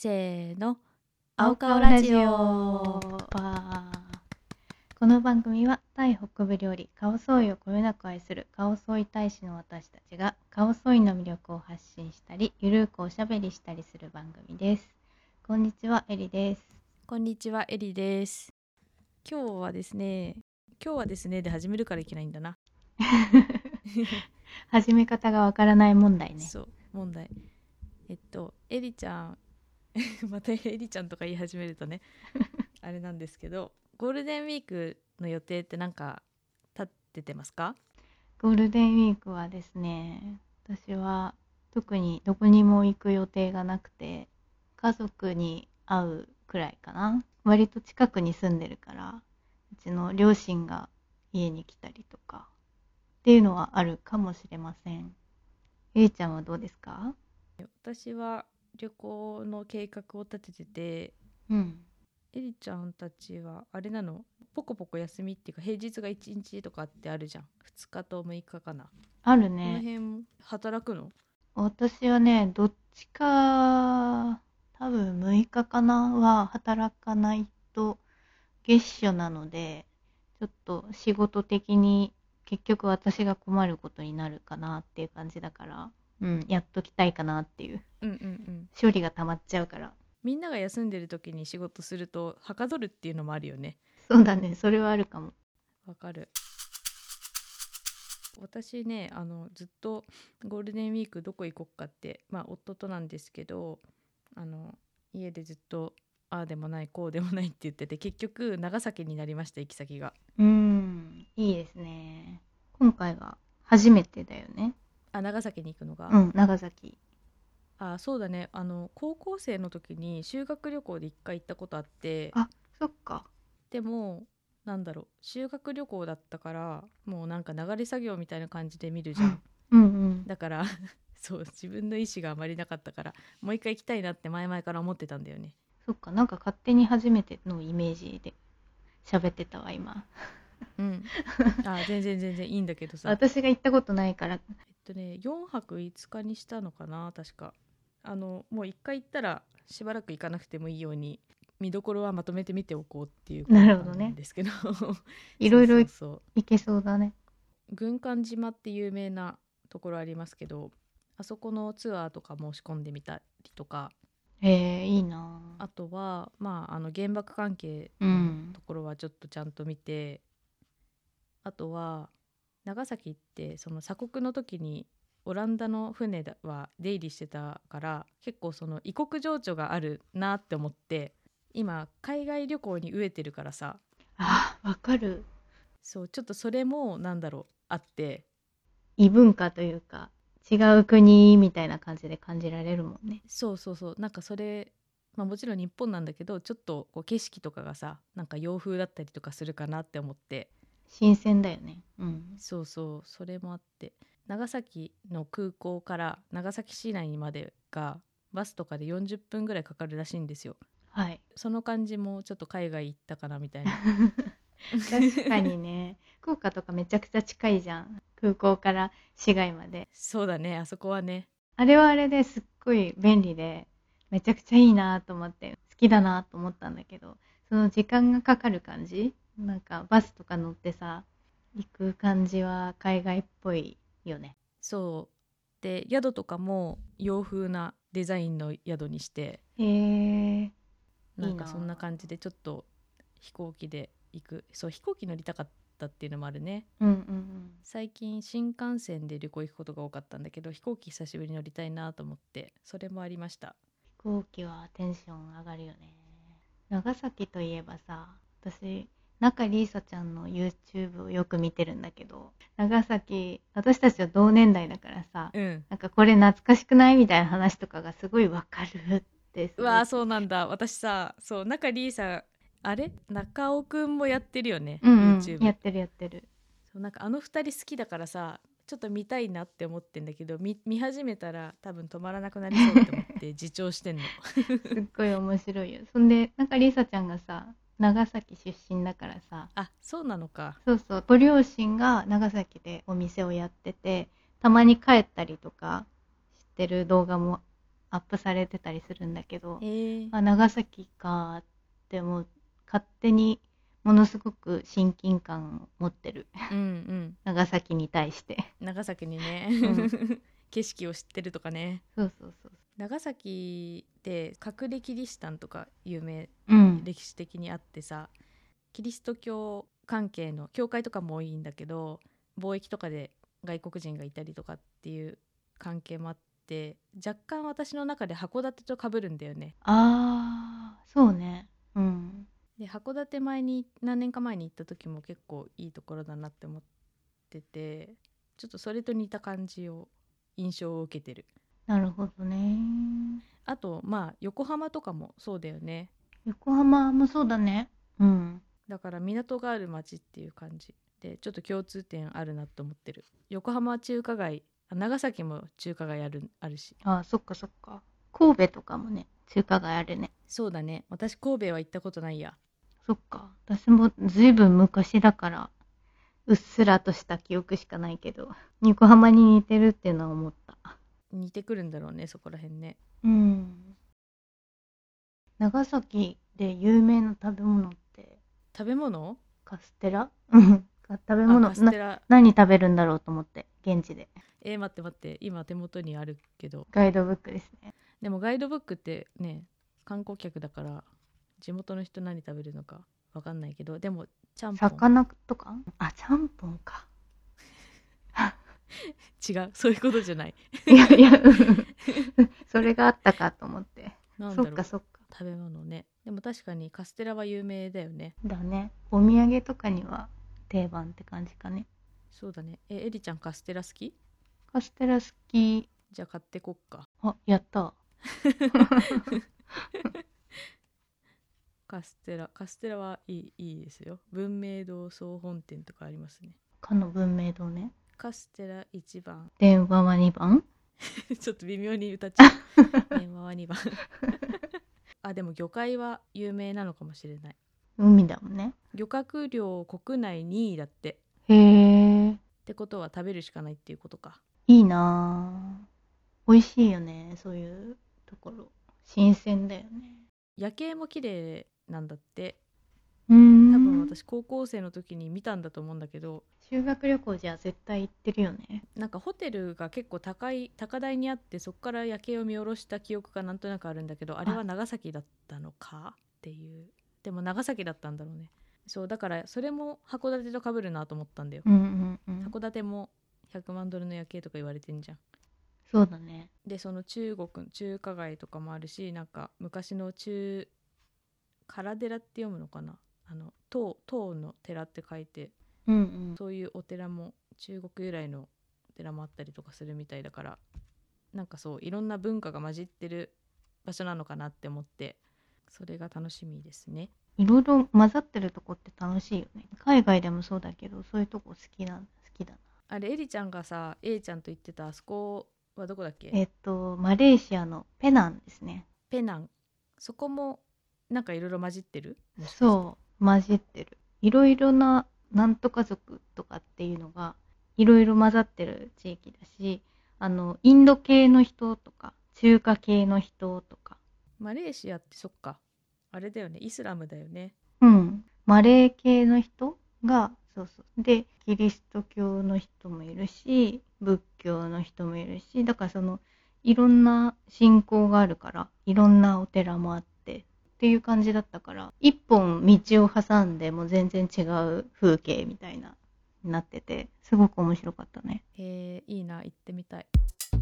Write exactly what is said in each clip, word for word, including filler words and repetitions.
せーの、 青顔ラジオわー。この番組はタイ北部料理カオソイをこよなく愛するカオソイ大使の私たちがカオソイの魅力を発信したりゆるーくおしゃべりしたりする番組です。こんにちは、エリです。 こんにちは、エリです。今日はですね、今日はですねで始めるからいけないんだな。 始め方がわからない問題ね。 そう問題。えっとエリちゃんまたエリちゃんとか言い始めるとねあれなんですけど、ゴールデンウィークの予定ってなんか立ててますか？ ゴールデンウィークはですね、私は特にどこにも行く予定がなくて、家族に会うくらいかな。割と近くに住んでるから、うちの両親が家に来たりとかっていうのはあるかもしれません。えいちゃんはどうですか？ 私は旅行の計画を立ててて、 うん。 エリちゃんたちはあれなの？ポコポコ休みっていうか平日がいちにちとかってあるじゃん。ふつかとむいかかな。 あるそのね。 辺働くの？ 私はね、どっちか、多分むいかかかなは働かないと月初なので、ちょっと仕事的に結局私が困ることになるかなっていう感じだから、うん、やっときたいかなっていう。 うんうんうん。 処理が溜まっちゃうから。 みんなが休んでる時に仕事するとはかどるっていうのもあるよね。 そうだね、それはあるかも。 わかる。私ね、あのずっとゴールデンウィークどこ行こっかって、まあ夫となんですけど、あの家でずっとああでもないこうでもないって言ってて、結局長崎になりました、行き先が。 うーん、いいですね。今回が初めてだよね。 あ、長崎に行くのが。 うん、長崎。 あ、そうだね。あの高校生の時に修学旅行で一回行ったことあって、 あ、そっか。 でもなんだろう、修学旅行だったからもうなんか流れ作業みたいな感じで見るじゃん。 うんうん。 だからそう、自分の意思があまりなかったから、もう一回行きたいなって前々から思ってたんだよね。 そっか、なんか勝手に初めてのイメージで喋ってたわ、今。 うん。あ、全然全然いいんだけどさ。 私が行ったことないから。 えっとねよんはくいつかにしたのかな、確か。あのもう一回行ったらしばらく行かなくてもいいように見どころはまとめて見ておこうっていうことななるほどね。 んですけどそういろいろそうそう。 行けそうだね。 軍艦島って有名なところありますけど、あそこのツアーとか申し込んでみたりとか、 へえ、いいなあとはまああの原爆関係ぁ。うのん。 ところはちょっとちゃんと見て、あとは長崎ってその鎖国の時にオランダの船は出入りしてたから、結構その異国情緒があるなって思って、今海外旅行に飢えてるからさ。 あ、わかる。 そうちょっとそれもなんだろうあって、 異文化というか、違う国みたいな感じで感じられるもんね。 そうそうそう、なんかそれ、まあもちろん日本なんだけど、ちょっとこう景色とかがさ、なんか洋風だったりとかするかなって思って。 新鮮だよね。うん。 そうそう、それもあって、長崎の空港から長崎市内までがバスとかでよんじゅっぷんぐらいかかるらしいんですよ。 はい。 その感じもちょっと海外行ったかなみたいな。 確かにね。福岡とかめちゃくちゃ近いじゃん。空港から市街まで。 そうだね、あそこはね。 あれはあれですっごい便利で、めちゃくちゃいいなと思って、好きだなと思ったんだけど、その時間がかかる感じなんかバスとか乗ってさ、行く感じは海外っぽいよね。 そうで、宿とかも洋風なデザインの宿にして、 へえ、いいなんかそんなな感じでちょっと飛行機で行く。そう、飛行機乗りたかったっていうのもあるね。 うんうんうん。 最近新幹線で旅行行くことが多かったんだけど、飛行機久しぶりに乗りたいなと思って、それもありました。 飛行機はテンション上がるよね。長崎といえばさ、私、中里依紗ちゃんの YouTube をよく見てるんだけど、長崎、私たちは同年代だからさ、 うん。 なんかこれ懐かしくないみたいな話とかがすごいわかるってすごい。 うわー、そうなんだ。私さ、そう中里依紗、あれ中尾くんもやってるよね、 うんうん、や YouTube。 ってるやってる。 そう、なんかあの二人好きだからさ、ちょっと見たいなって思ってんだけど、見見始めたら多分止まらなくなりそうって思って自重してんの。 すっごい面白いよ。そんで、中里依紗ちゃんがさ、長崎出身だからさ、 あ、そうなのか。 そうそう、ご両親が長崎でお店をやってて、たまに帰ったりとかしてる動画もアップされてたりするんだけど、 えー、 あ、長崎かってもう勝手にものすごく親近感を持ってる。 うんうん。 長崎に対して。 長崎にね、 うん、 景色を知ってるとかね。 そうそうそう。 長崎って隠れキリシタンとか有名、 うん。 歴史的にあってさ、キリスト教関係の教会とかも多いんだけど、貿易とかで外国人がいたりとかっていう関係もあって、若干私の中で函館と被るんだよね。 ああ、そうね。うん。 で函館前に何年か前に行った時も結構いいところだなって思ってて、ちょっとそれと似た感じを印象を受けてる。 なるほどね。 あとまあ横浜とかもそうだよね。 横浜もそうだね。うん。 だから港がある街っていう感じで、ちょっと共通点あるなと思ってる。横浜は中華街、あ長崎も中華街あるあるし。 あ、そっかそっか。神戸とかもね、中華街あるね。 そうだね、私神戸は行ったことないや。 そっか。私もずいぶん昔だから、うっすらとした記憶しかないけど、横浜に似てるっていうのは思った。 似てくるんだろうね、そこら辺ね。 うん。長崎で有名な食べ物って食べ物。 カステラ。うん。食べあ物な、 カステラ。 何食べるんだろうと思って、現地で。 えー、待って待って、今手元にあるけど。 ガイドブックですね。 でもガイドブックってね、観光客だから地元の人何食べるのか分かんないけど、でもちゃんぽん。 魚とか、あ、ちゃんぽんか。 違う、そういうことじゃない。 いやいや、それがあったかと思って。そなんだろう、 っかそっか。 食べ物ね。でも確かにカステラは有名だよね。 だね。お土産とかには定番って感じかね。 そうだね。えエリちゃんカステラ好き？ カステラ好き。 じゃあ買ってこっか。 あ、やった。 カステラカステラはいい、いいですよ。文明堂総本店とかありますね。 かの文明堂ね。 カステラいちばん。 電話はにばん。 ちょっと微妙に歌っちゃう。電話はにばん。あでも魚介は有名なのかもしれない。 海だもんね。 漁獲量国内にいだって。 へえ、 ってことは食べるしかないっていうことか。 いいなぁ。美味しいよね、そういうところ。新鮮だよね。 夜景も綺麗なんだって。 うー多分ん。 私高校生の時に見たんだと思うんだけど、 修学旅行じゃ絶対行ってるよね。 なんかホテルが結構高い高台にあって、そこから夜景を見下ろした記憶がなんとなくあるんだけど、あれあ、 は長崎だったのかっていう。でも長崎だったんだろうね。そうだからそれも函館と被るなと思ったんだよ。 うんうんうん。 函館もひゃくまんドルの夜景とか言われてんじゃん。 そうだね。 でその中国中華街とかもあるし、なんか昔の中唐寺って読むのかな、あの唐唐の寺って書いて、 うんうん。 そういうお寺も中国由来のお寺もあったりとかするみたいだから、なんかそういろんな文化が混じってる場所なのかなって思って、それが楽しみですね。 いろいろ混ざってるとこって楽しいよね。海外でもそうだけど、そういうとこ好きな、好きだな。 あれエリちゃんがさ A ちゃんと言ってたあそこはどこだっけ？ えっと、マレーシアのペナンですね。 ペナン。そこもなんかいろいろ混じってる？もしかして。 そう、混じってる。いろいろななんとか族とかっていうのがいろいろ混ざってる地域だし、あの、インド系の人とか、中華系の人とか、 マレーシアってそっか、あれだよね、イスラムだよね。 うん、マレー系の人が、そうそう。で、キリスト教の人もいるし、仏教の人もいるし、だからその、いろんな信仰があるから、いろんなお寺もあって、っていう感じだったから、一本道を挟んでもう全然違う風景みたいな、なってて、すごく面白かったね。 へえ、いいな、行ってみたい。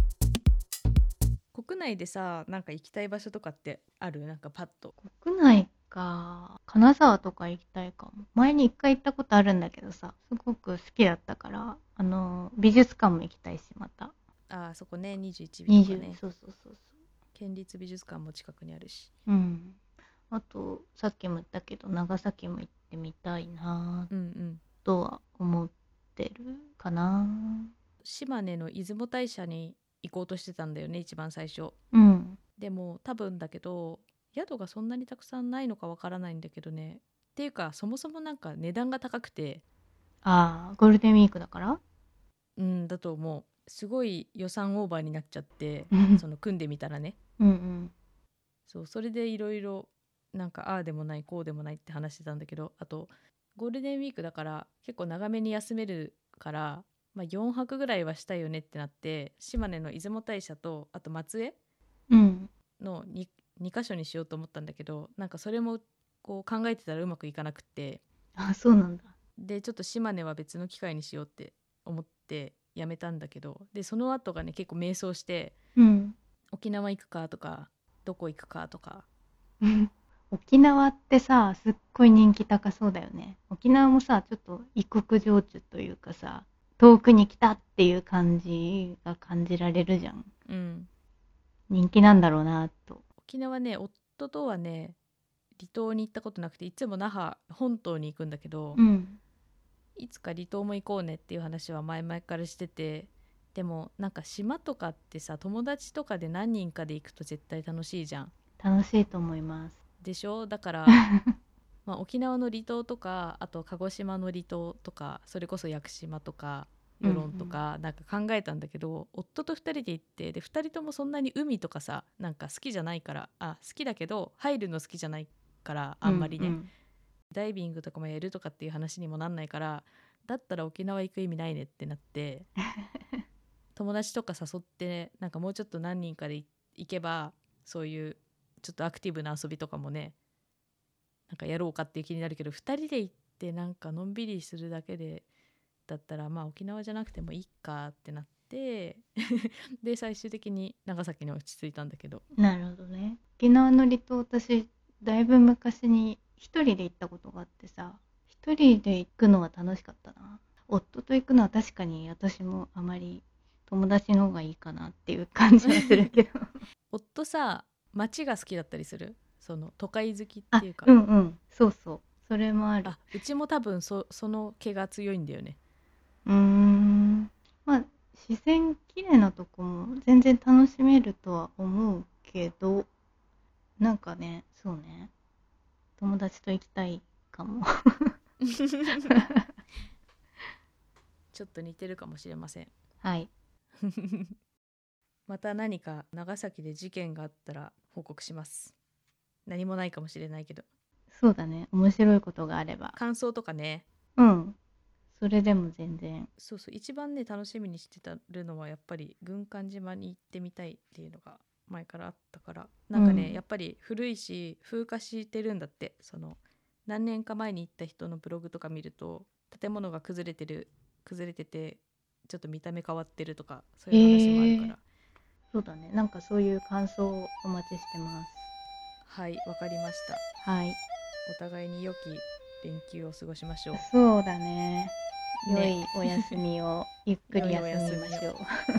国内でさ、なんか行きたい場所とかってある？なんかパッと。 国内か、金沢とか行きたいかも。前に一回行ったことあるんだけどさ、すごく好きだったから、あの、美術館も行きたいし、また。 あそこね、にじゅういちびとかにじゅう、 ね。 そうそうそうそ県立美術館も近くにあるし。 う。うん。あと、さっきも言ったけど、長崎も行ってみたいなうんうん。 とは思ってるかな。 島根の出雲大社に行こうとしてたんだよね、一番最初。 うん。 でも多分だけど、宿がそんなにたくさんないのかわからないんだけどね。っていうか、そもそもなんか値段が高くて。 ああ、ゴールデンウィークだから。 うんだと思う。 すごい予算オーバーになっちゃってうんその組んでみたらね。 うんそうそれでいろいろなんかああでもないこうでもないって話してたんだけど、あとゴールデンウィークだから結構長めに休めるから、まあ、よんはくぐらいはしたいよねってなって、島根の出雲大社とあと松江うんの 2, に箇所にしようと思ったんだけど、なんかそれもこう考えてたらうまくいかなくって、 あ、そうなんだ。 でちょっと島根は別の機会にしようって思ってやめたんだけど、でその後がね結構迷走して、 うん沖縄行くかとかどこ行くかとか。 うん沖縄ってさ、すっごい人気高そうだよね。沖縄もさ、ちょっと異国情緒というかさ、遠くに来たっていう感じが感じられるじゃん。 うん、 人気なんだろうなと。 沖縄ね、夫とはね離島に行ったことなくて、いつも那覇本島に行くんだけど、 うんいつか離島も行こうねっていう話は前々からしてて、でもなんか島とかってさ、友達とかで何人かで行くと絶対楽しいじゃん。 楽しいと思います。 でしょ。だからまあ、沖縄の離島とか、あと鹿児島の離島とか、それこそ屋久島とかうんう与論とんかなんか考えたんだけど、夫とふたりで行って、でふたりともそんなに海とかさなんか好きじゃないから、あ好きだけど入るの好きじゃないから、あんまりね、 うんダイビングとかもやるとかっていう話にもなんないから、だったら沖縄行く意味ないねってなって、友達とか誘って、なんかもうちょっと何人かで行けばそういうちょっとアクティブな遊びとかもねなんかやろうかっていう気になるけど、ふたりで行ってなんかのんびりするだけでだったら、まあ沖縄じゃなくてもいいかってなってで最終的に長崎に落ち着いたんだけど。 うん。なるほどね。沖縄の離島、私、だいぶ昔に一人で行ったことがあってさ、一人で行くのは楽しかったな。夫と行くのは確かに私もあまり友達の方がいいかなっていう感じはするけど。 夫さ、街が好きだったりする？その都会好きっあ、 ていうか。 うんうん。そうそう。それもある。 あ、うちも多分そその毛が強いんだよね。 うーん。まあ、自然綺麗なとこも全然楽しめるとは思うけど、なんかね、そうね。友達と行きたいかも。 ちょっと似てるかもしれません。 はい。 また何か長崎で事件があったら報告します。何もないかもしれないけど、 そうだね。面白いことがあれば。 感想とかね。 うん。それでも全然。 そうそう、一番ね楽しみにしてたるのはやっぱり軍艦島に行ってみたいっていうのが前からあったから、なんかね、 うん。 やっぱり古いし風化してるんだって。その何年か前に行った人のブログとか見ると、建物が崩れてる崩れててちょっと見た目変わってるとか、そういう話もあるかへえ。 ら。 そうだね。なんかそういう感想をお待ちしてます。 はい、わかりました。 はい。 お互いに良き連休を過ごしましょうそうだね。良ね。 いお休みをゆっくり良いお休休みを。 みましょう。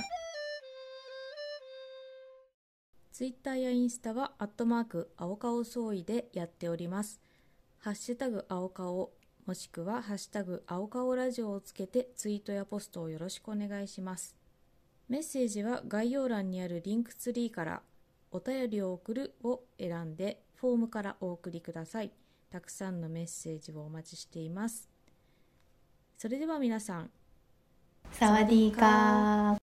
ツイッターやインスタはアットマーク青顔総意でやっております。ハッシュタグ青顔もしくはハッシュタグ青顔ラジオをつけてツイートやポストをよろしくお願いします。メッセージは概要欄にあるリンクツリーからお便りを送るを選んでフォームからお送りください。たくさんのメッセージをお待ちしています。それでは皆さん、 サワディーカー。